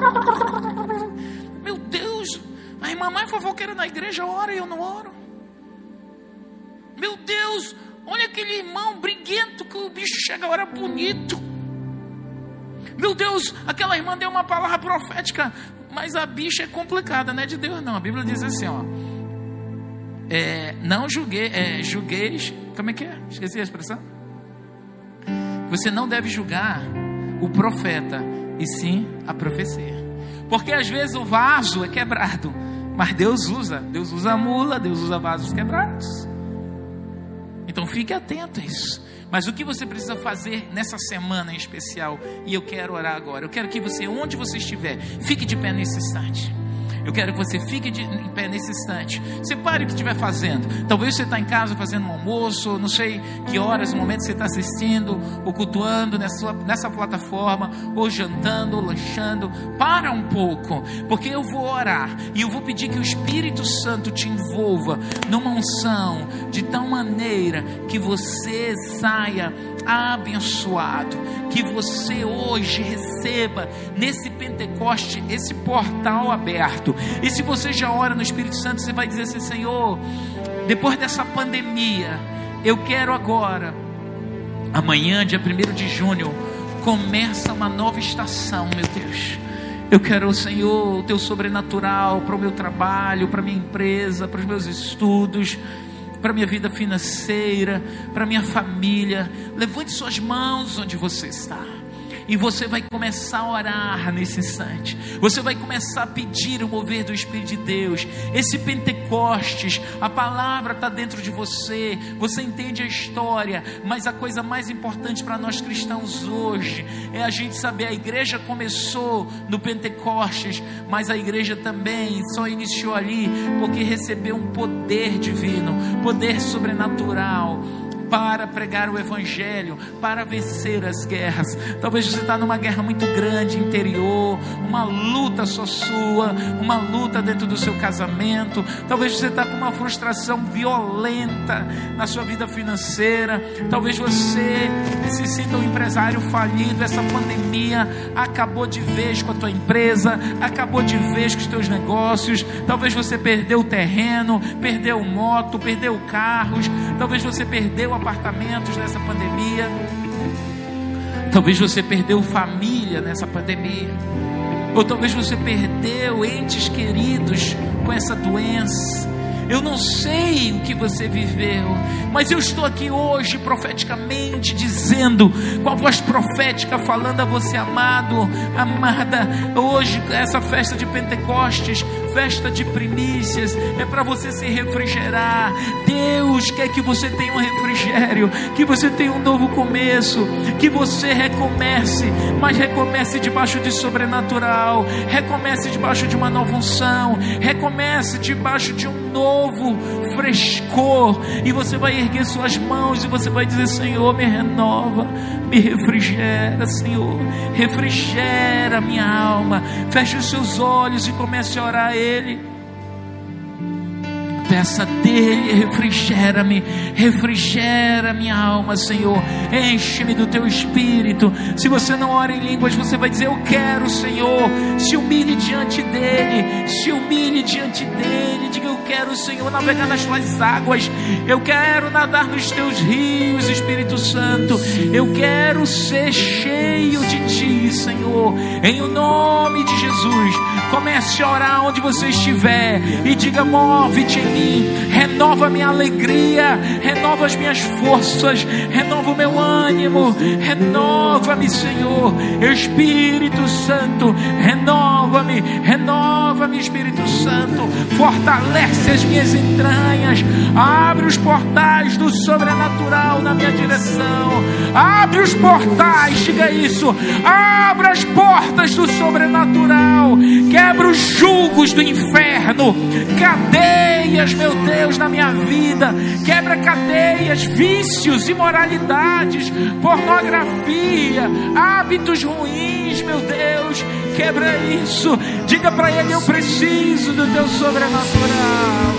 Meu Deus, a irmã mais fofoqueira da igreja ora e eu não oro. Meu Deus, olha aquele irmão briguento que o bicho chega a hora bonito. Meu Deus, aquela irmã deu uma palavra profética, mas a bicha é complicada, não é de Deus não. A Bíblia diz assim, ó: não julgueis, como é que é? Esqueci a expressão. Você não deve julgar o profeta, e sim a profecia. Porque às vezes o vaso é quebrado, mas Deus usa a mula, Deus usa vasos quebrados. Então fique atento a isso. Mas o que você precisa fazer nessa semana em especial, e eu quero orar agora, eu quero que você, onde você estiver, fique de pé nesse instante. Eu quero que você fique em pé nesse instante. Separe o que estiver fazendo. Talvez você está em casa fazendo um almoço, não sei que horas, no momento você está assistindo ou cultuando nessa plataforma, ou jantando, ou lanchando. Para um pouco, porque eu vou orar e eu vou pedir que o Espírito Santo te envolva numa unção de tal maneira que você saia abençoado, que você hoje receba nesse Pentecoste esse portal aberto. E se você já ora no Espírito Santo, você vai dizer assim: Senhor, depois dessa pandemia, eu quero agora, amanhã, dia 1º de junho, começa uma nova estação, meu Deus. Eu quero, Senhor, o teu sobrenatural para o meu trabalho, para a minha empresa, para os meus estudos, para a minha vida financeira, para a minha família. Levante suas mãos onde você está, e você vai começar a orar nesse instante. Você vai começar a pedir o mover do Espírito de Deus. Esse Pentecostes, a palavra está dentro de você, você entende a história, mas a coisa mais importante para nós cristãos hoje é a gente saber: a igreja começou no Pentecostes, mas a igreja também só iniciou ali porque recebeu um poder divino, poder sobrenatural. para pregar o Evangelho, para vencer as guerras. Talvez você está numa guerra muito grande interior, uma luta só sua, uma luta dentro do seu casamento. Talvez você está com uma frustração violenta na sua vida financeira. Talvez você se sinta um empresário falido. Essa pandemia acabou de vez com a tua empresa, acabou de vez com os teus negócios. Talvez você perdeu o terreno, perdeu moto, perdeu carros. Talvez você perdeu apartamentos nessa pandemia. Talvez você perdeu família nessa pandemia. Ou talvez você perdeu entes queridos com essa doença. Eu não sei o que você viveu, mas eu estou aqui hoje profeticamente dizendo, com a voz profética falando a você, amado, amada. Hoje essa festa de Pentecostes, festa de primícias, é para você se refrigerar. Deus quer que você tenha um refrigério, que você tenha um novo começo, que você recomece, mas recomece debaixo de sobrenatural, recomece debaixo de uma nova unção, recomece debaixo de um novo frescor. E você vai erguer suas mãos e você vai dizer: Senhor, me renova, me refrigera, Senhor, refrigera minha alma. Feche os seus olhos e comece a orar a Ele. Peça dele: refrigera-me, refrigera minha alma, Senhor, enche-me do teu Espírito. Se você não ora em línguas, você vai dizer: eu quero, Senhor. Se humilhe diante dele, se humilhe diante dele. Diga: eu quero, Senhor, navegar nas tuas águas, eu quero nadar nos teus rios, Espírito Santo. Eu quero ser cheio de ti, Senhor, em o nome de Jesus. Comece a orar onde você estiver e diga: move-te em mim, renova minha alegria, renova as minhas forças, renova o meu ânimo, renova-me, Senhor. Espírito Santo, renova-me, renova-me, Espírito Santo. Fortalece as minhas entranhas, abre os portais do sobrenatural na minha direção, abre os portais, diga isso, abre as portas do sobrenatural, quebra os julgos do inferno, cadeias, meu Deus, na minha vida, quebra cadeias, vícios, imoralidades, pornografia, hábitos ruins, meu Deus, quebra isso. Diga para ele: eu preciso do teu sobrenatural.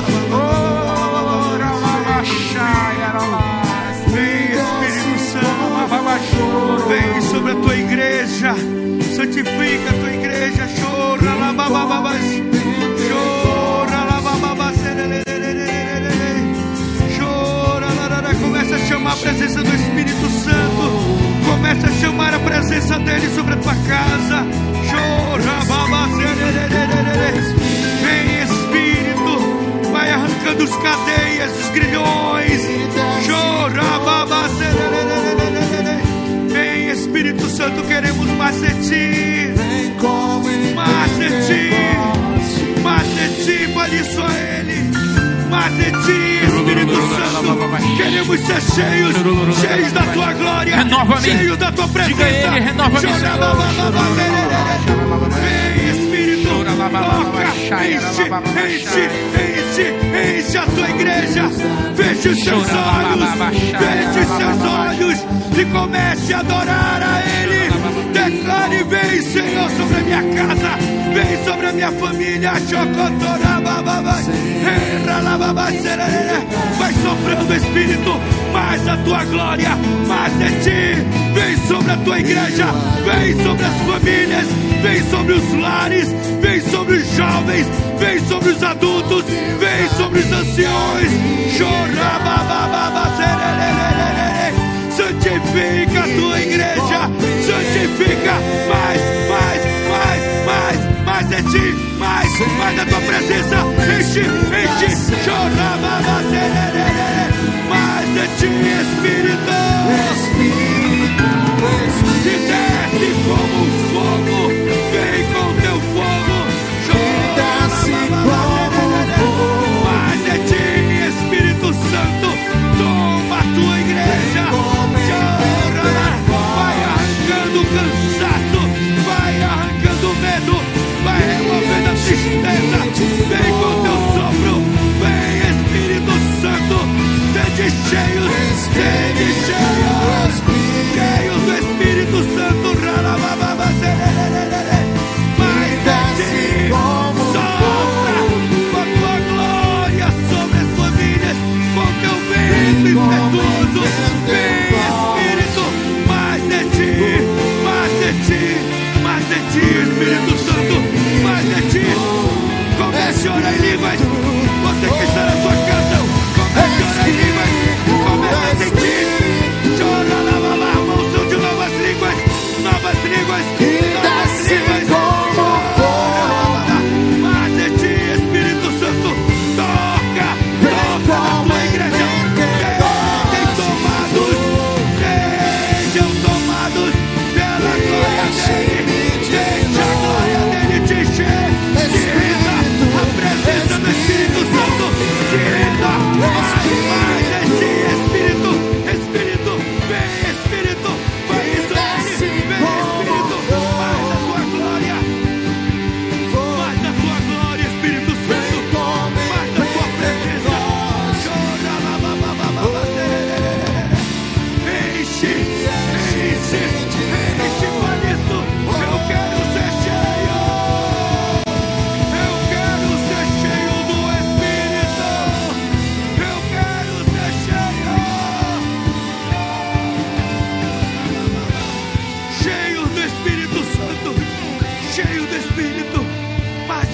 Vem, Espírito Santo, vem sobre a tua igreja, santifica a tua igreja. Chora lá, bababas, chora lá, bababas, chora lá. Começa a chamar a presença do Espírito Santo, começa a chamar a presença dele sobre a tua casa. Chora, bababas, vem, Espírito, vai arrancando os cadeias, os grilhões. Chora, bababas, vem, Espírito Santo, queremos mais de ti, mais de ti, mais de ti, fale só ele, mais de ti, Espírito Santo, queremos ser cheios, cheios da tua glória, cheios da tua presença. Diga ele: renova-me, vem, Espírito, toca, enche a tua igreja, feche os seus olhos e comece a adorar a ele. Declare: vem, Senhor, sobre a minha casa, vem sobre a minha família. Vai soprando, Espírito, mais a tua glória, mais de ti. Vem sobre a tua igreja, vem sobre as famílias, vem sobre os lares, vem sobre os jovens, vem sobre os adultos, vem sobre os anciões. Santifica a tua igreja, santifica mais de ti, mais da tua presença. Enche, mais de ti, Espírito. Se desce como um fogo, vem com teu fogo. Mais de ti, Espírito Santo, toma a tua igreja. Vai arrancando o cansaço, vai arrancando o medo, vai removendo a tristeza. Vem com teu sopro, vem, Espírito Santo, sede cheio,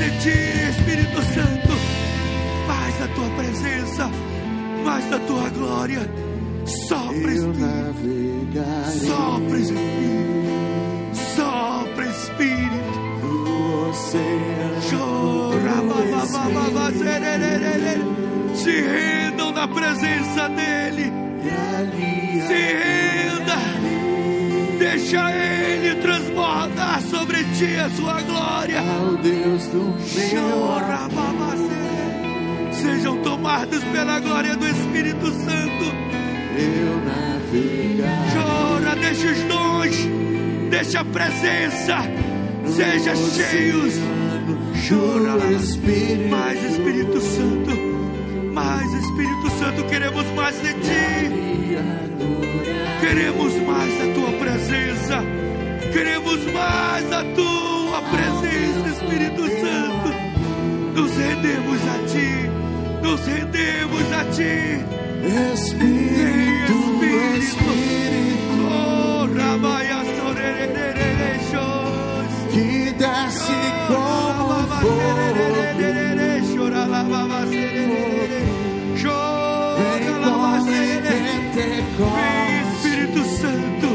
de Ti, Espírito Santo, mais da Tua presença, mais da Tua glória. Sopra, Espírito, sopra, Espírito, sopra, Espírito. Se rendam na presença dEle, se renda, deixa Ele transbordar sobre ti a sua glória. Sejam tomados pela glória do Espírito Santo. Chora, deixa os dons, deixa a presença, seja cheios. Chora, mais Espírito Santo, mais Espírito Santo, queremos mais de Ti, queremos mais da Tua presença, queremos mais da Tua presença, Espírito Santo. Nos rendemos a Ti, nos rendemos a Ti, Espírito, oh, Rabaia Sorerererechos, que desce como fogo, vem Espírito Santo,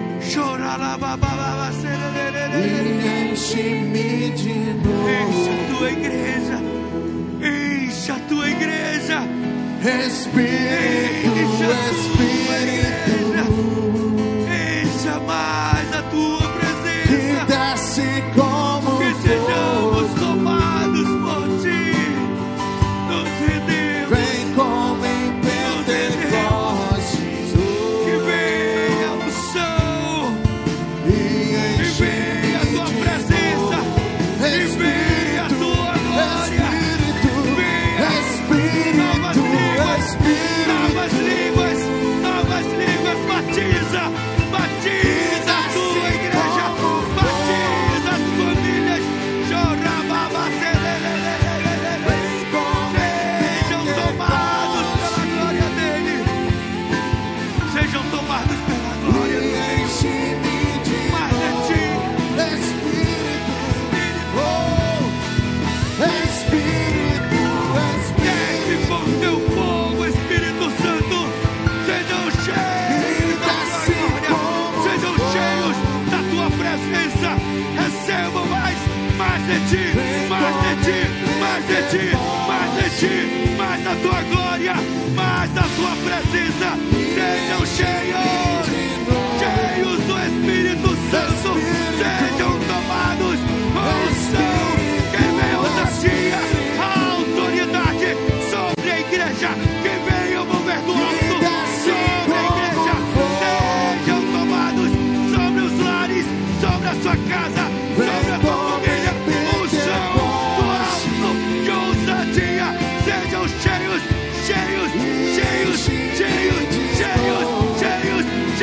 enche-me de novo, enche a Tua igreja, enche a Tua igreja, Espírito, Espírito, encha mais a Tua presença, que desce como que fogo, sejamos tomados por Ti, nos rendemos, vem como em Pentecostes, que venha a unção, e que venha a Tua presença, que venha a Tua glória, venha novas línguas, batiza a Tua igreja, batiza as famílias, sejam tomados pela glória dEle, sejam tomados pela glória do Senhor, mais de Ti, desce com Teu fogo, Espírito Santo, sejam cheios da Tua glória, sejam cheios da Tua presença, recebam mais de Ti, mais de Ti, mais de Ti, mais de Ti, mais da Tua glória, mais da Tua presença, sejam cheios do Espírito Santo, sejam tomados com unção, que venha ousadia, a autoridade sobre a igreja, que venha o mover do alto sobre a igreja, sejam tomados sobre os lares, sobre a sua casa, sobre a tua família, unção do alto de ousadia, sejam cheios, cheios, cheios, cheios, cheios, cheios,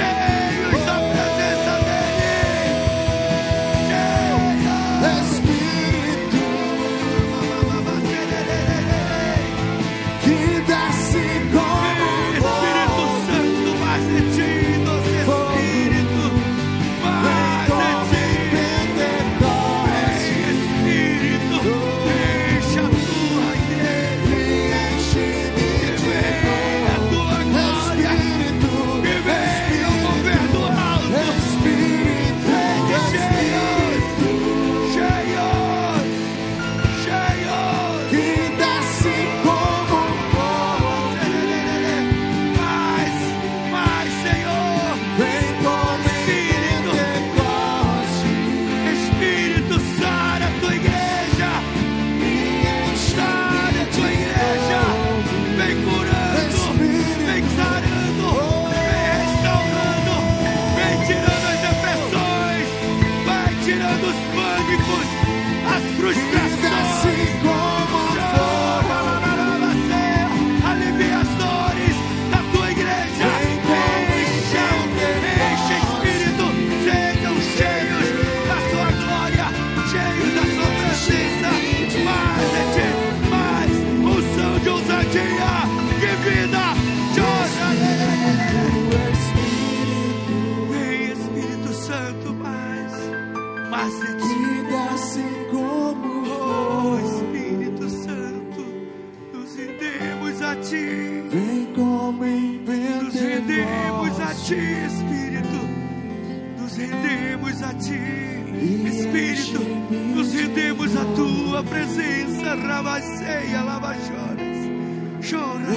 Espírito, nos rendemos a Ti. Espírito, nos rendemos a Tua presença. Rabaceia, lavachoras. Chora,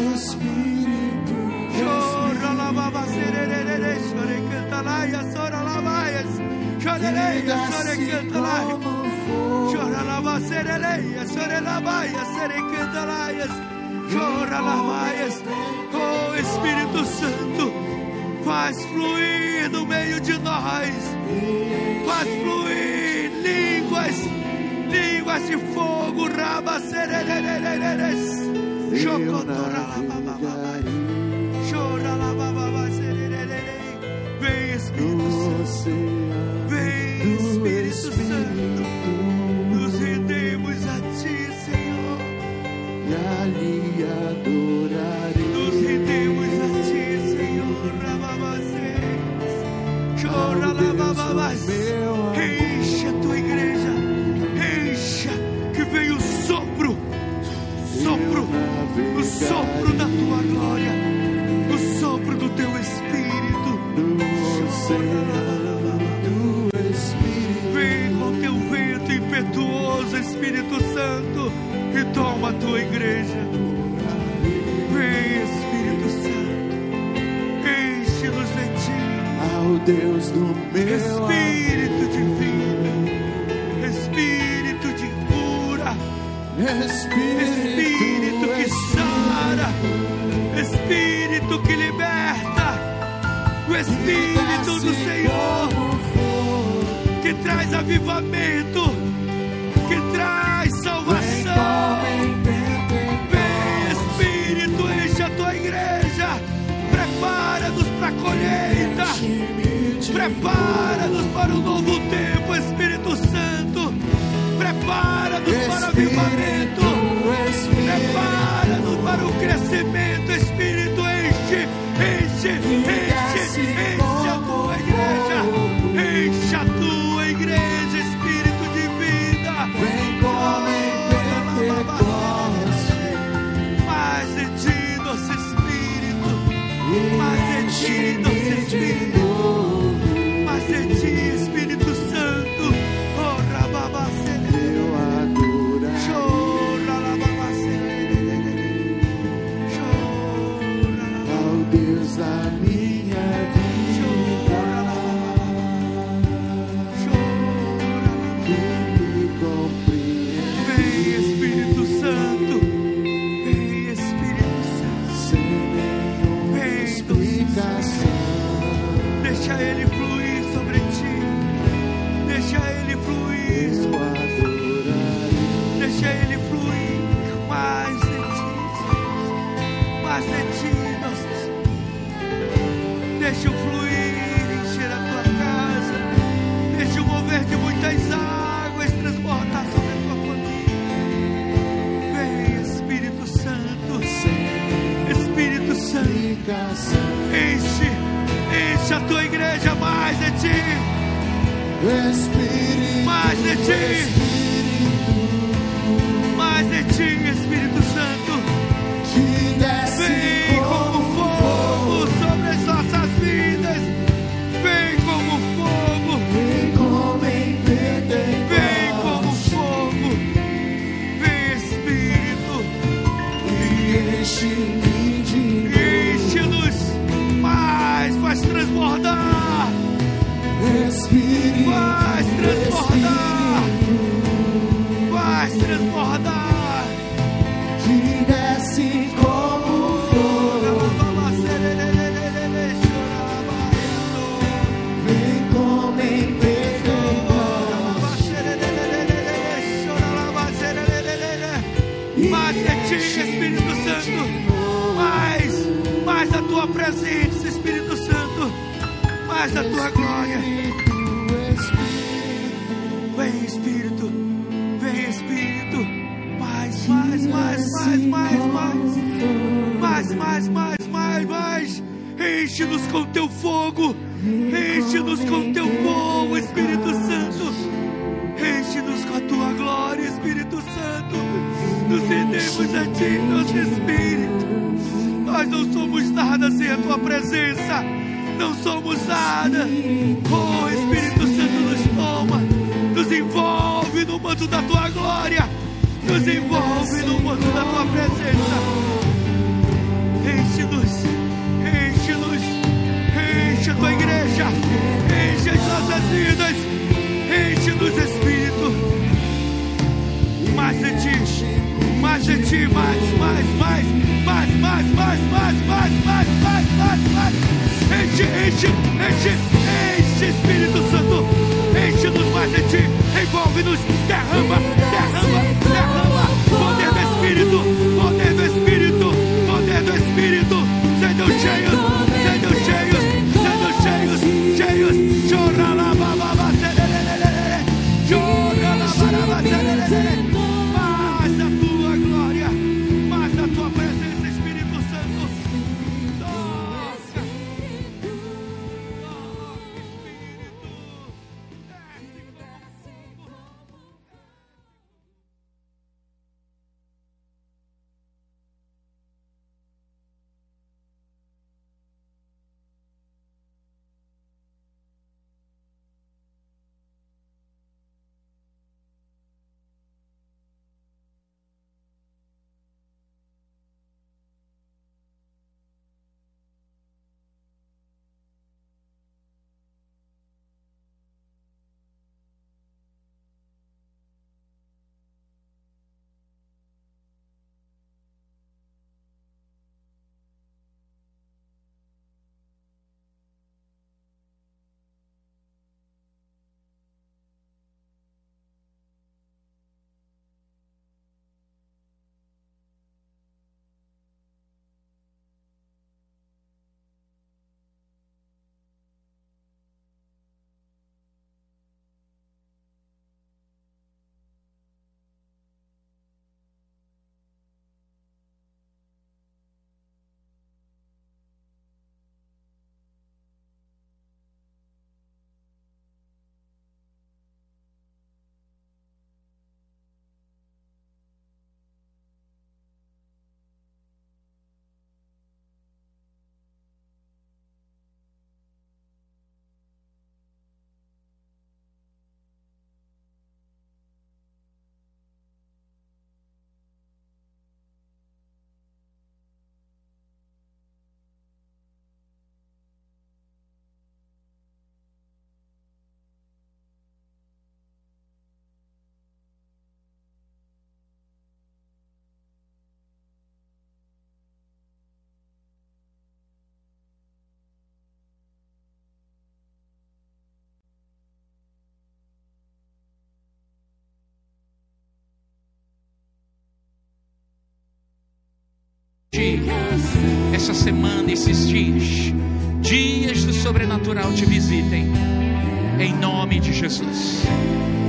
chora, lavava sererere, chore, canta laia, sora, lavaias. Chorereia, sore, canta laia. Chora, lava serereia, sore, lavaia, sere, canta laias. Chora, lavaias. Oh, Espírito Santo, faz fluir no meio de nós. Faz fluir línguas de fogo. Raba sererereres. Chocotora lavava. Chora lavava sererere. Vem, Espírito Santo. Vem, Espírito Santo. Nos rendemos a Ti, Senhor. E ali adorarei. Nos rendemos a Ti, Senhor. Lavavacês. Chora, lavavavas. Enche a Tua igreja. Encha. Que venha o sopro. O sopro da Tua glória. O sopro do Teu Espírito. Vem com Teu vento impetuoso, Espírito Santo, e toma a Tua igreja. Vem, Espírito Santo, enche-nos de Ti. Ao Deus do meu Espírito de vida, Espírito de cura, Espírito que sara, Espírito que liberta, o Espírito do Senhor que traz avivamento, que traz salvação. Vem, Espírito, enche a Tua igreja. Prepara-nos para a colheita. Prepara-nos para um novo tempo, Espírito Santo. Prepara-nos para o avivamento. Prepara-nos para o crescimento. Espírito, enche a Tua igreja. Enche a Tua igreja, Espírito de vida. Vem como em Pentecostes. Mais de Ti, nosso Espírito. Mais de Ti, nosso Espírito. Mais de Ti, Espírito Santo. Oh, rababacê. Eu adorarei. Chora, lababacê. Chora, Ao Deus da minha vida, que me compreende. vem, Espírito Santo. Vem, Espírito Santo. Sem nenhuma Vem, explicação. Deixa Ele fluir sobre Ti. Deixa Ele fluir Eu sobre Ti. adorarei. Deixa Ele fluir mais de Ti. Mais de Ti, nosso Espírito. Deixa o fluir encher a Tua casa. Deixa o mover de muitas águas transbordar sobre a Tua família. Vem, Espírito Santo. Espírito Santo. Explicação. Enche a Tua igreja mais de Ti. Espírito, Mais de Ti. Espírito, Mais de Ti, Espírito Santo. que desce Vem como fogo sobre as nossas vidas. Vem como fogo. Vem como em Pentecostes. Vem como fogo. Vem, Espírito. E enche-me de Enche-nos mais. Faz transbordar. Espírito, Faz transbordar. Faz transbordar. que desce como fogo. Vem como em Pentecostes. Mais de Ti, Espírito Santo. Mais da Tua presença, Espírito Santo. Mais da Tua glória. Vem, Espírito. Vem, Espírito. Mais. Enche-nos com Teu fogo. Enche-nos com Teu fogo, Espírito Santo. Enche-nos com a Tua glória, Espírito Santo. Nos rendemos a Ti, nosso Espírito. Nós não somos nada sem a Tua presença. não somos nada. Oh, Espírito Santo, nos toma, nos envolve no manto da tua glória, nos envolve no manto da tua presença. Enche-nos, enche-nos, enche a tua igreja, enche as nossas vidas, enche-nos, Espírito. Mais de ti, mais de ti, mais. Enche, Espírito Santo, enche-nos mais de ti, envolve-nos, derrama. Poder do Espírito, sejam cheios. Chora lá, babá, chora lá, baraba, mais a tua glória, mais a tua presença, Espírito Santo. Toca, Espírito, desce como fogo. Essa semana, esses dias do sobrenatural te visitem, em nome de Jesus.